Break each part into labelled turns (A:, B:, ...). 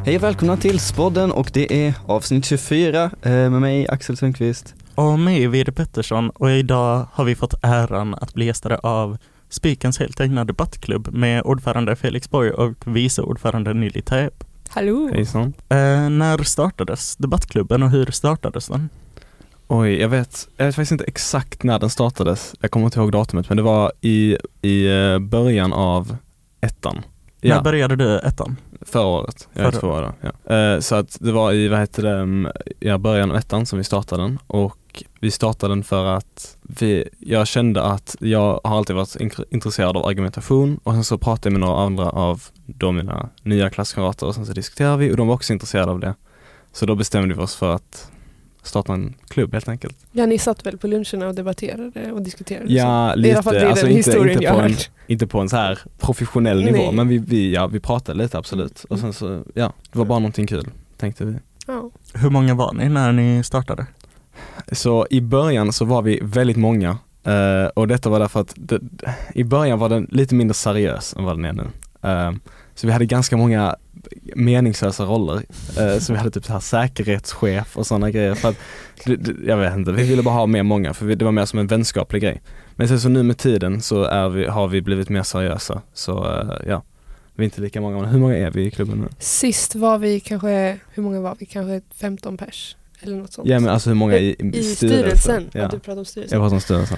A: Hej och välkomna till Spodden, och det är avsnitt 24 med mig Axel Sundqvist.
B: Och mig Vide Pettersson, och idag har vi fått äran att bli gästare av Spikens helt egna debattklubb med ordförande Felix Borg och vice ordförande Nili Taeb.
C: Hallå!
A: Hejsan.
B: När startades debattklubben och hur startades den?
D: Oj, jag vet faktiskt inte exakt när den startades. Jag kommer inte ihåg datumet, men det var i början av ettan.
B: När började du ettan?
D: Förra året. Så att det var i början av ettan som vi startade den, och vi startade den för att jag kände att jag har alltid varit intresserad av argumentation, och sen så pratade jag med några andra av mina nya klasskamrater och sen så diskuterade vi, och de var också intresserade av det. Så då bestämde vi oss för att starta en klubb helt enkelt.
C: Ja, ni satt väl på luncherna och debatterade och diskuterade?
D: Ja,
C: så.
D: lite.
C: Det är alltså
D: inte på en så här professionell nivå, men vi pratade lite, absolut. Och sen så, det var bara någonting kul, tänkte vi.
C: Ja.
B: Hur många var ni när ni startade?
D: Så i början så var vi väldigt många. Och detta var därför att i början var den lite mindre seriös än vad den är nu. Så vi hade ganska många meningslösa roller. Så vi hade typ så här säkerhetschef och sådana grejer. För att, jag vet inte, vi ville bara ha mer många, för det var mer som en vänskaplig grej. Men sen så nu med tiden så har vi blivit mer seriösa. Så vi är inte lika många. Men hur många är vi i klubben nu?
C: Sist var vi kanske, hur många var vi? Kanske 15 pers eller något sånt.
D: Ja, men alltså hur många i
C: styrelsen?
D: Ja.
C: Du pratar om styrelsen.
D: Jag pratar om styrelsen.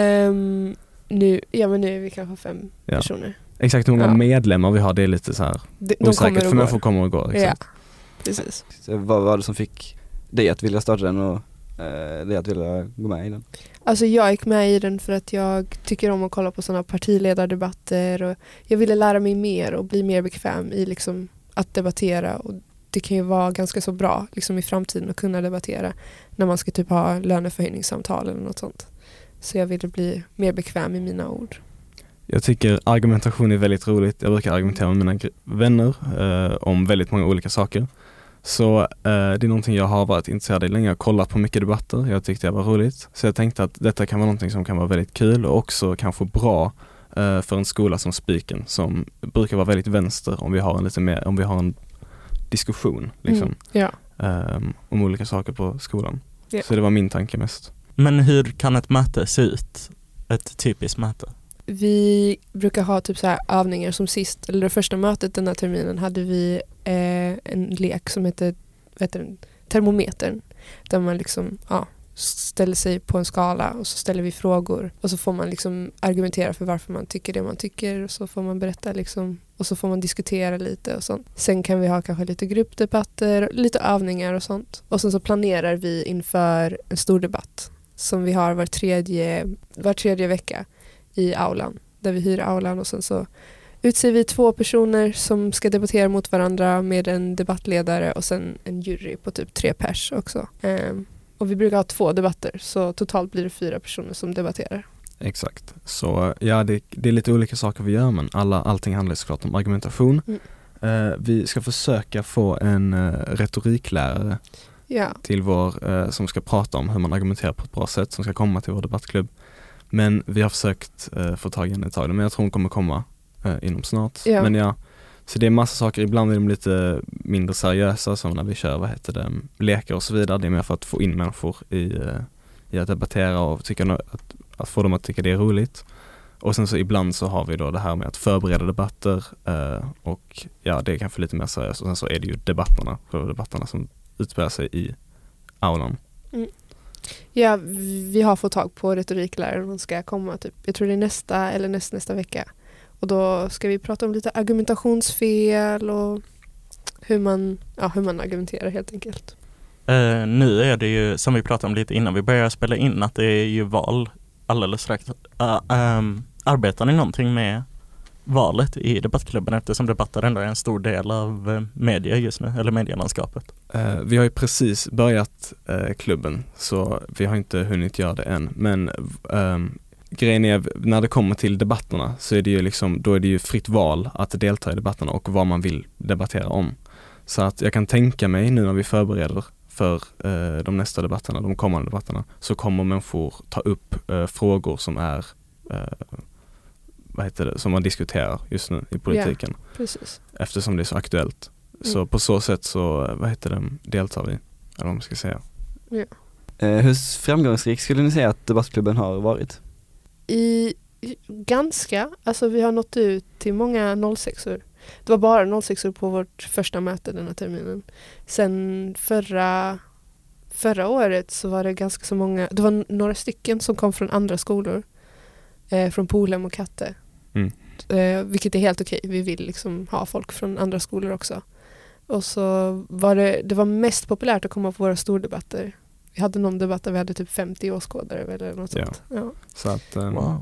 C: Nu är vi kanske 5 personer.
D: Exakt hur många medlemmar vi har, det är lite så här osäkert, för människor kommer och går. Exakt.
C: Ja, precis.
A: Så vad var det som fick dig att vilja starta den och dig att vilja gå med i den?
C: Alltså jag gick med i den för att jag tycker om att kolla på sådana partiledardebatter, och jag ville lära mig mer och bli mer bekväm i liksom att debattera, och det kan ju vara ganska så bra liksom i framtiden att kunna debattera när man ska typ ha löneförhöjningssamtal eller något sånt. Så jag ville bli mer bekväm i mina ord.
D: Jag tycker argumentation är väldigt roligt. Jag brukar argumentera med mina vänner om väldigt många olika saker. Så det är någonting jag har varit intresserad i länge. Jag har kollat på mycket debatter. Jag tyckte det var roligt. Så jag tänkte att detta kan vara någonting som kan vara väldigt kul och också kanske bra för en skola som Spiken, som brukar vara väldigt vänster om vi har en diskussion liksom, om olika saker på skolan. Ja. Så det var min tanke mest.
B: Men hur kan ett möte se ut? Ett typiskt möte?
C: Vi brukar ha typ så här övningar som sist, eller det första mötet den här terminen hade vi en lek som heter termometern, där man liksom ställer sig på en skala och så ställer vi frågor, och så får man liksom argumentera för varför man tycker det man tycker, och så får man berätta liksom, och så får man diskutera lite och sånt. Sen kan vi ha kanske lite gruppdebatter, lite övningar och sånt, och sen så planerar vi inför en stor debatt som vi har var tredje vecka i aulan, där vi hyr aulan, och sen så utser vi 2 personer som ska debattera mot varandra med en debattledare och sen en jury på typ 3 pers också. Och vi brukar ha 2 debatter, så totalt blir det 4 personer som debatterar.
D: Exakt. Så det är lite olika saker vi gör, men allting handlar såklart om argumentation. Vi ska försöka få en retoriklärare till som ska prata om hur man argumenterar på ett bra sätt, som ska komma till vår debattklubb. Men vi har försökt få tag i henne ett tag, men jag tror hon kommer komma inom snart. Ja. Men så det är massa saker. Ibland är de lite mindre seriösa, som när vi kör lekar och så vidare. Det är mer för att få in människor i att debattera och att få dem att tycka det är roligt. Och sen så ibland så har vi då det här med att förbereda debatter, och det är kanske lite mer seriöst. Och sen så är det ju debatterna som utspelar sig i aulan.
C: Ja, vi har fått tag på retorikläraren. Hon ska komma typ, jag tror det är nästa eller nästa vecka. Och då ska vi prata om lite argumentationsfel och hur man argumenterar helt enkelt.
B: Nu är det ju, som vi pratade om lite innan vi började spela in, att det är ju val alldeles strax. Arbetar ni någonting med valet i debattklubben, eftersom debatter ändå är en stor del av media just nu, eller medielandskapet?
D: Vi har ju precis börjat klubben, så vi har inte hunnit göra det än. Men grejen är, när det kommer till debatterna så är det ju då är det ju fritt val att delta i debatterna och vad man vill debattera om. Så att jag kan tänka mig nu när vi förbereder för de kommande debatterna, så kommer människor ta upp frågor som är som man diskuterar just nu i politiken.
C: Ja, precis.
D: Eftersom det är så aktuellt. Så på så sätt så, deltar vi, eller vad man ska säga.
C: Ja.
A: Hur framgångsrik skulle ni säga att debattklubben har varit?
C: Ganska, alltså vi har nått ut till många 06-or. Det var bara 06-or på vårt första möte den här terminen. Sen förra året så var det ganska så många, det var några stycken som kom från andra skolor. Från Polhem och Katte. Vilket är helt okej. Vi vill liksom ha folk från andra skolor också. Och så var det var mest populärt att komma på våra stordebatter. Vi hade någon debatt där vi hade typ 50 åskådare eller något sånt. Ja.
D: Så att,
B: wow.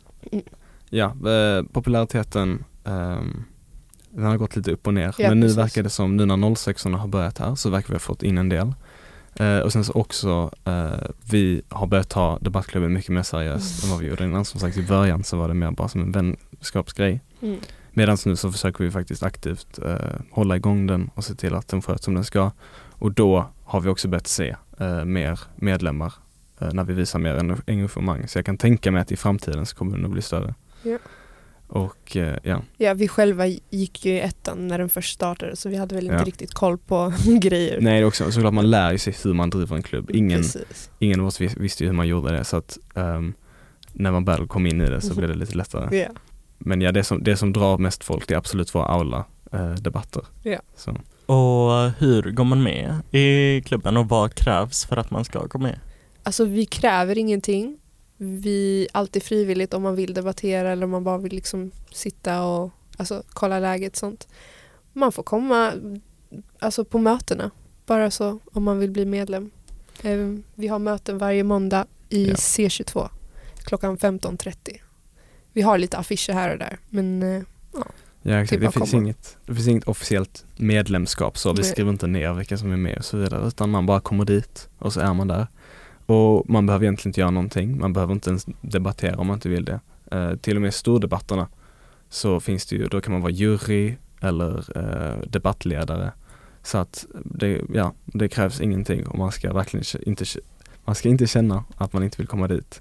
D: Populariteten den har gått lite upp och ner. Men nu verkar det som, nu när 06-orna har börjat här så verkar vi ha fått in en del. Och sen så också vi har börjat ta debattklubben mycket mer seriöst än vad vi gjorde innan. Som sagt, i början så var det mer bara som en vänskapsgrej. Medan nu så försöker vi faktiskt aktivt hålla igång den och se till att den sköts som den ska. Och då har vi också börjat se mer medlemmar när vi visar mer engagemang. Så jag kan tänka mig att i framtiden så kommer den att bli större.
C: Ja.
D: Och
C: Ja, vi själva gick ju i ettan när den först startade, så vi hade väl inte riktigt koll på grejer.
D: Nej, det är också såklart man lär ju sig hur man driver en klubb. Ingen av oss visste ju hur man gjorde det, så att när man väl kom in i det så blev det lite lättare.
C: Yeah.
D: Men ja, det som drar mest folk, det är absolut våra aula-debatter.
C: Yeah.
D: Så.
B: Och hur går man med i klubben och vad krävs för att man ska gå med?
C: Alltså vi kräver ingenting. Vi alltid frivilligt om man vill debattera eller om man bara vill liksom sitta och kolla läget, sånt. Man får komma på mötena, bara så om man vill bli medlem. Vi har möten varje måndag i C22 klockan 15.30. Vi har lite affischer här och där, men
D: exakt. Det finns inget officiellt medlemskap, så vi skriver inte ner vilka som är med och så vidare, utan man bara kommer dit och så är man där. Och man behöver egentligen inte göra någonting. Man behöver inte ens debattera om man inte vill det. Till och med stordebatterna så finns det ju, då kan man vara jury eller debattledare. Så att det krävs ingenting, och man ska verkligen inte känna att man inte vill komma dit.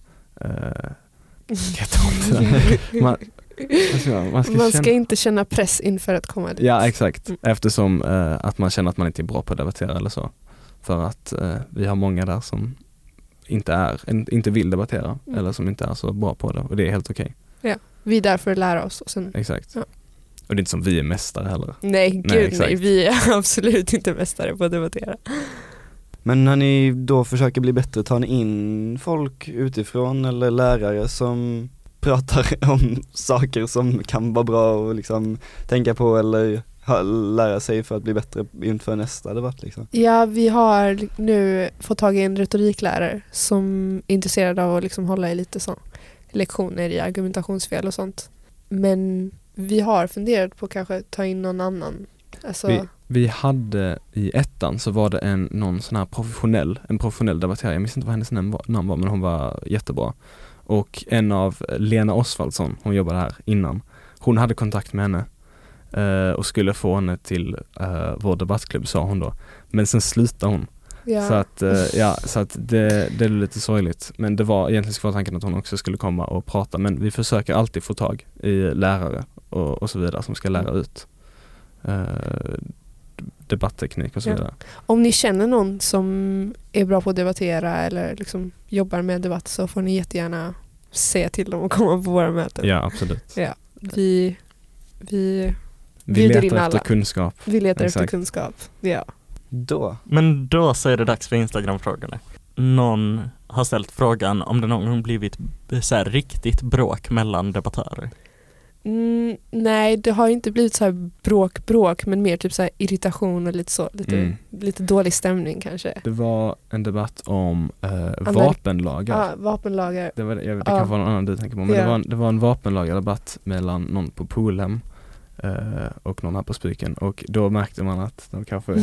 C: Man ska inte känna press inför att komma dit.
D: Ja, exakt. Eftersom att man känner att man inte är bra på att debattera eller så. För att vi har många där som inte vill debattera eller som inte är så bra på det, och det är helt okej.
C: Ja, vi är där för att lära oss. Och sen,
D: exakt. Ja. Och det är inte som vi är mästare heller.
C: Nej, vi är absolut inte mästare på att debattera.
A: Men när ni då försöker bli bättre, tar ni in folk utifrån eller lärare som pratar om saker som kan vara bra och liksom tänka på eller lära sig för att bli bättre inför nästa debatt liksom? Ja,
C: vi har nu fått tag i en retoriklärare som är intresserad av att liksom hålla i lite så lektioner i argumentationsfel och sånt. Men vi har funderat på kanske ta in någon annan.
D: Vi hade i ettan så var det någon sån här professionell debattörer. Jag minns inte vad hennes namn var, men hon var jättebra. Och en av Lena Osvaldsson, hon jobbade här innan, hon hade kontakt med henne och skulle få henne till vår debattklubb, sa hon då. Men sen slutade hon. Ja. Så att det är lite sorgligt. Men det var egentligen var tanken att hon också skulle komma och prata. Men vi försöker alltid få tag i lärare och så vidare som ska lära ut debattteknik och så vidare.
C: Om ni känner någon som är bra på att debattera eller liksom jobbar med debatt, så får ni jättegärna säga till dem att komma på våra möten.
D: Ja, absolut.
C: Ja, vi
D: letar efter kunskap.
C: Vi letar efter kunskap, ja.
B: Men då så är det dags för Instagram-frågorna. Någon har ställt frågan om det någon gång blivit så här riktigt bråk mellan debattörer.
C: Nej, det har inte blivit så här bråk, men mer typ så här irritation och lite dålig stämning kanske.
D: Det var en debatt om vapenlagar.
C: Ja, vapenlagar.
D: Det kan vara någon annan du tänker på, men det var en vapenlagardebatt mellan någon på Polhem och någon här på Spiken, och då märkte man att de kanske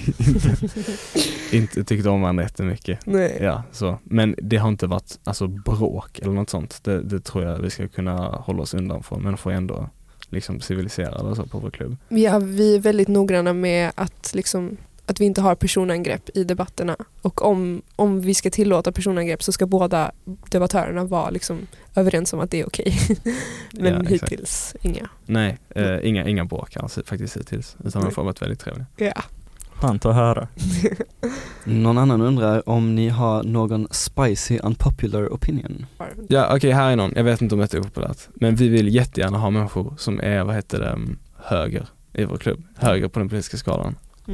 D: inte tyckte om varandra jättemycket.
C: Nej.
D: Ja, så. Men det har inte varit bråk eller något sånt. Det tror jag vi ska kunna hålla oss undan från, men får ändå liksom civiliserade så på vår klubb.
C: Ja, vi är väldigt noggranna med att liksom att vi inte har personangrepp i debatterna. Och om vi ska tillåta personangrepp så ska båda debattörerna vara liksom överens om att det är okej. Men hittills inga.
D: Nej, inga bråk alltså, faktiskt hittills. Utan man får varit väldigt trevlig.
C: Ja.
B: Skönt att höra.
A: Någon annan undrar om ni har någon spicy unpopular opinion.
D: Ja, okej, här är någon. Jag vet inte om det är populärt. Men vi vill jättegärna ha människor som är, höger i vår klubb. Höger på den politiska skalan.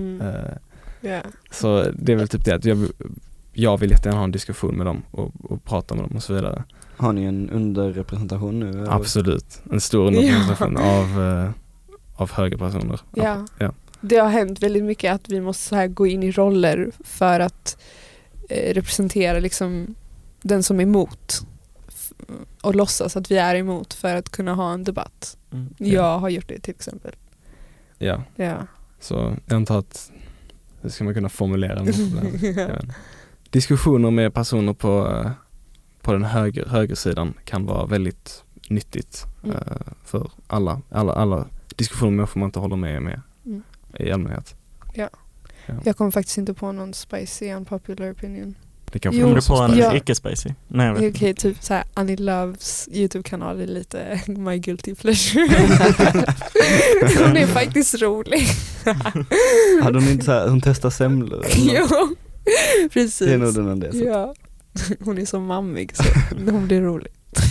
D: Så det är väl typ det att jag vill jättegärna ha en diskussion med dem och prata med dem och så vidare.
A: Har ni en underrepresentation nu? Eller?
D: Absolut. En stor underrepresentation av högerpersoner.
C: Ja. Det har hänt väldigt mycket att vi måste så här gå in i roller för att representera liksom den som är emot och låtsas att vi är emot för att kunna ha en debatt. Jag har gjort det till exempel.
D: Ja. Så jag antar att det ska man kunna formulera. Diskussioner med personer på den högersidan kan vara väldigt nyttigt för alla diskussioner med människor man inte håller med i allmänhet.
C: Ja. Jag kommer faktiskt inte på någon spicy unpopular opinion.
D: Det kan
B: på en icke-spicy. Nej, jag vet
C: inte. Typ såhär Annie Loves YouTube-kanal är lite my guilty pleasure. Hon är faktiskt rolig.
A: Hade hon inte såhär, hon testar semlor?
C: Jo, precis.
A: Det är nog den det.
C: Ja. Hon är så mammig så hon blir rolig.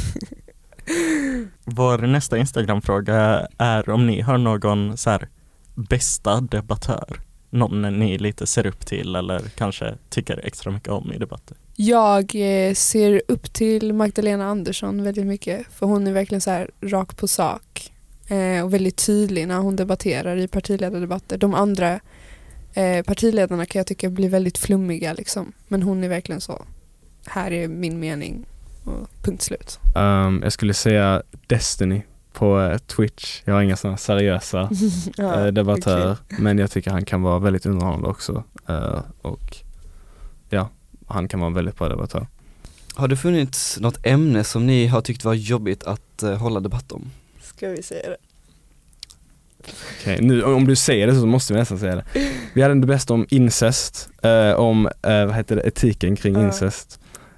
B: Vår nästa Instagram-fråga är om ni har någon så här bästa debattör. Någon ni lite ser upp till eller kanske tycker extra mycket om i debatter.
C: Jag ser upp till Magdalena Andersson väldigt mycket. För hon är verkligen så här rak på sak. Och väldigt tydlig när hon debatterar i partiledardebatter. De andra partiledarna kan jag tycka blir väldigt flummiga liksom. Men hon är verkligen så. Här är min mening. Och punkt slut.
D: Jag skulle säga Destiny på Twitch. Jag har inga sådana seriösa debattörer. Okay. Men jag tycker han kan vara väldigt underhållande också. Och ja, han kan vara en väldigt bra debattör.
A: Har det funnits något ämne som ni har tyckt var jobbigt att hålla debatt om?
C: Ska vi säga det?
D: Okej, nu om du säger det så måste vi nästan säga det. Vi hade det bästa om incest. Om etiken kring incest.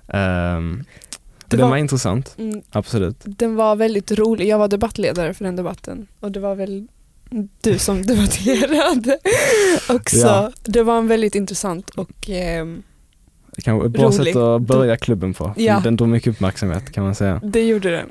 D: Den var intressant, absolut.
C: Den var väldigt rolig. Jag var debattledare för den debatten. Och det var väl du som debatterade också. Ja. Det var en väldigt intressant och
D: det kan vara ett bra sätt att börja klubben på. Ja. Den drog mycket uppmärksamhet kan man säga.
C: Det gjorde den.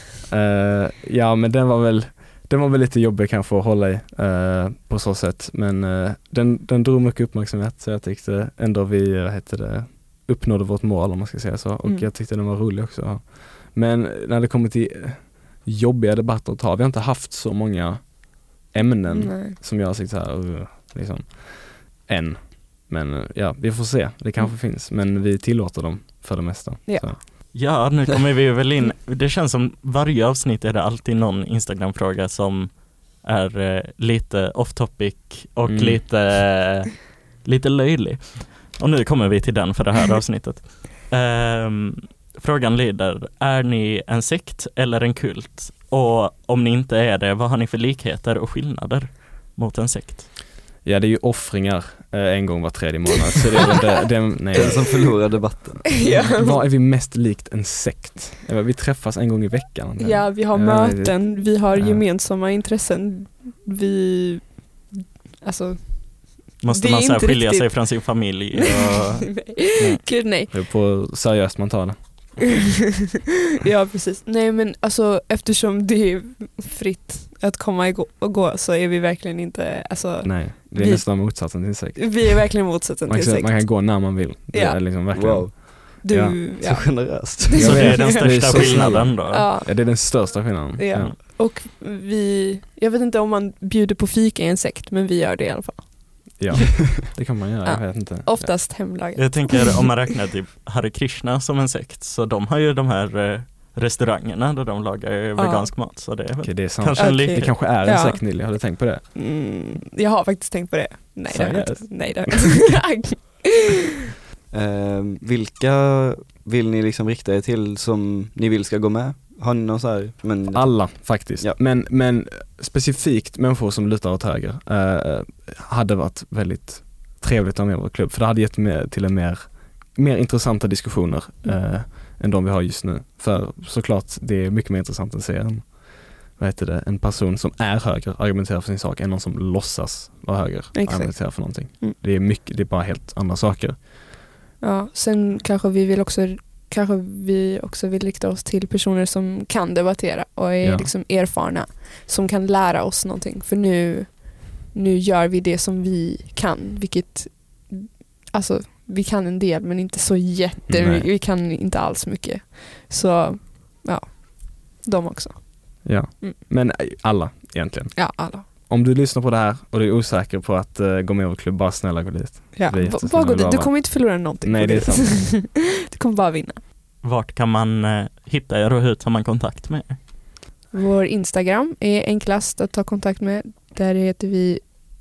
D: Ja, men den var väl lite jobbig kanske att hålla i på så sätt. Men den drog mycket uppmärksamhet så jag tyckte ändå vi uppnådde vårt mål om man ska säga så. Och jag tyckte den var rolig också. Men när det kommer till jobbiga debatter att ta, vi har inte haft så många ämnen som jag har sagt så här liksom, än. Men ja, vi får se. Det kanske finns. Men vi tillåter dem för det mesta.
C: Ja.
D: Så.
B: Ja, nu kommer vi väl in. Det känns som varje avsnitt är det alltid någon Instagram-fråga som är lite off-topic och lite löjlig. Och nu kommer vi till den för det här avsnittet. Frågan lyder, är ni en sekt eller en kult? Och om ni inte är det, vad har ni för likheter och skillnader mot en sekt?
D: Ja, det är ju offringar en gång var tredje månad. Så det är den
A: som förlorar debatten.
D: Vad är vi mest likt en sekt? Vi träffas en gång i veckan.
C: Ja, vi har möten, vi har gemensamma intressen.
B: Måste man så skilja sig från sin familj?
C: Gud, nej.
D: Det är på seriöst man tar det.
C: Ja, precis. Nej, men alltså eftersom det är fritt att komma och gå så är vi verkligen inte
D: nej, det är nästan motsatsen till sekt.
C: Vi är verkligen motsatsen till sekt.
D: Man kan gå när man vill. Det är liksom verkligen.
A: Wow. Så generöst.
B: Så det är den största skillnaden då?
D: Ja, det är den största skillnaden.
C: Ja. Och jag vet inte om man bjuder på fika i en sekt, men vi gör det i alla fall.
D: Ja, det kan man göra, jag vet inte.
C: Oftast hemlagat.
B: Jag tänker om man räknar till Hare Krishna som en sekt, så de har ju de här restaurangerna där de lagar vegansk mat. Så det är väl
D: det är sant.
B: Kanske
D: det kanske är en sekt, Nilly. Har du tänkt på det?
C: Jag har faktiskt tänkt på det. Nej, det har jag inte.
A: Vilka vill ni liksom rikta er till som ni vill ska gå med? Har ni någon så här?
D: Alla faktiskt. Ja. Men specifikt människor som lutar åt höger hade varit väldigt trevligt att ha med vår klubb. För det hade gett med till en mer intressanta diskussioner än de vi har just nu. För såklart, det är mycket mer intressant att se en person som är höger argumenterar för sin sak än någon som låtsas vara höger argumenterar för någonting. Det är bara helt andra saker.
C: Ja, sen kanske vi också vill rikta oss till personer som kan debattera och är liksom erfarna, som kan lära oss någonting. För nu gör vi det som vi kan, vilket alltså vi kan en del men inte så vi kan inte alls mycket. Så ja, de också.
D: Ja, men alla egentligen.
C: Ja, alla.
D: Om du lyssnar på det här och du är osäker på att gå med i vår klubb, bara snälla gå dit.
C: Ja, bara gå dit. Du kommer inte förlora någonting.
D: Nej, det är sant.
C: Du kommer bara vinna.
B: Vart kan man hitta er och hur tar man kontakt med er?
C: Vår Instagram är enklast att ta kontakt med. Där heter vi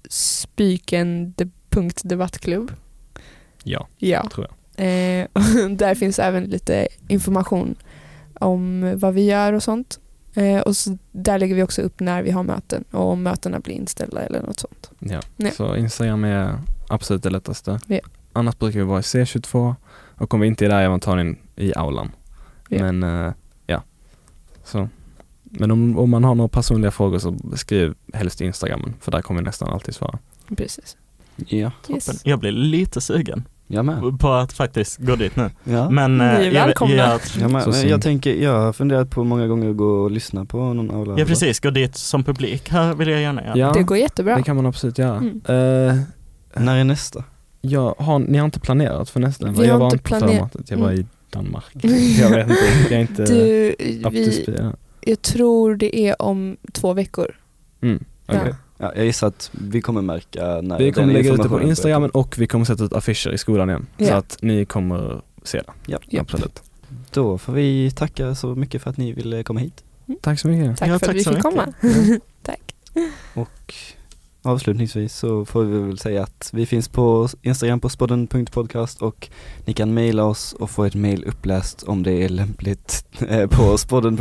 C: spyken.debattklubb.
D: Ja, tror jag.
C: Där finns även lite information om vad vi gör och sånt. Och så där lägger vi också upp när vi har möten och om mötena blir inställda eller något sånt.
D: Ja. Så Instagram är absolut det lättaste. Ja. Annars brukar vi vara i C22 och om vi inte är där tar in i aulan. Ja. Men så. Men om man har några personliga frågor så skriv helst i Instagramen, för där kommer vi nästan alltid svara.
C: Precis.
A: Ja.
B: Yes. Jag blir lite sugen
A: Jamen.
B: på att faktiskt gå dit nu.
A: Ja.
B: Men
C: ni är välkomna.
A: Jag har funderat på många gånger att gå och lyssna på någon aula.
B: Ja, precis. Gå dit som publik. Här vill jag gärna göra.
C: Ja, det går jättebra.
D: Det kan man absolut göra.
A: När är nästa?
D: Ni har inte planerat för nästa?
C: Jag
D: var inte på förmatet. Jag var i Danmark. Jag vet inte. Jag är inte
C: jag tror det är om 2 veckor.
D: Okay.
A: Ja, jag gissar att vi kommer märka när
D: vi kommer lägga ut det på Instagramen och vi kommer sätta ut affischer i skolan igen.
C: Ja.
D: Så att ni kommer se det.
A: Ja,
D: absolut.
A: Då får vi tacka så mycket för att ni ville komma hit.
D: Tack så mycket.
C: Tack för att vi fick komma. Tack.
A: Och avslutningsvis så får vi väl säga att vi finns på Instagram på spodden.podcast och ni kan mejla oss och få ett mejl uppläst om det är lämpligt på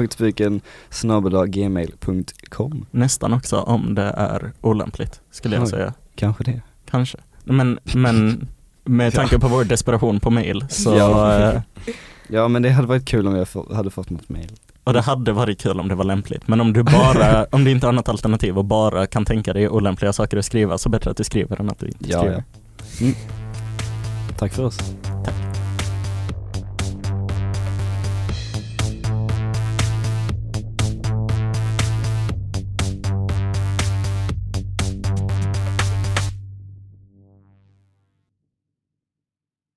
A: spodden.spiken@gmail.com.
B: Nästan också om det är olämpligt, skulle jag säga.
A: Kanske det.
B: Kanske. Men med tanke på vår desperation på mejl så...
A: Ja, men det hade varit kul om jag hade fått något mejl.
B: Och det hade varit kul om det var lämpligt. Men om du inte har något alternativ och bara kan tänka dig olämpliga saker att skriva, så bättre att du skriver än att du inte skriver.
A: Ja. Tack för oss.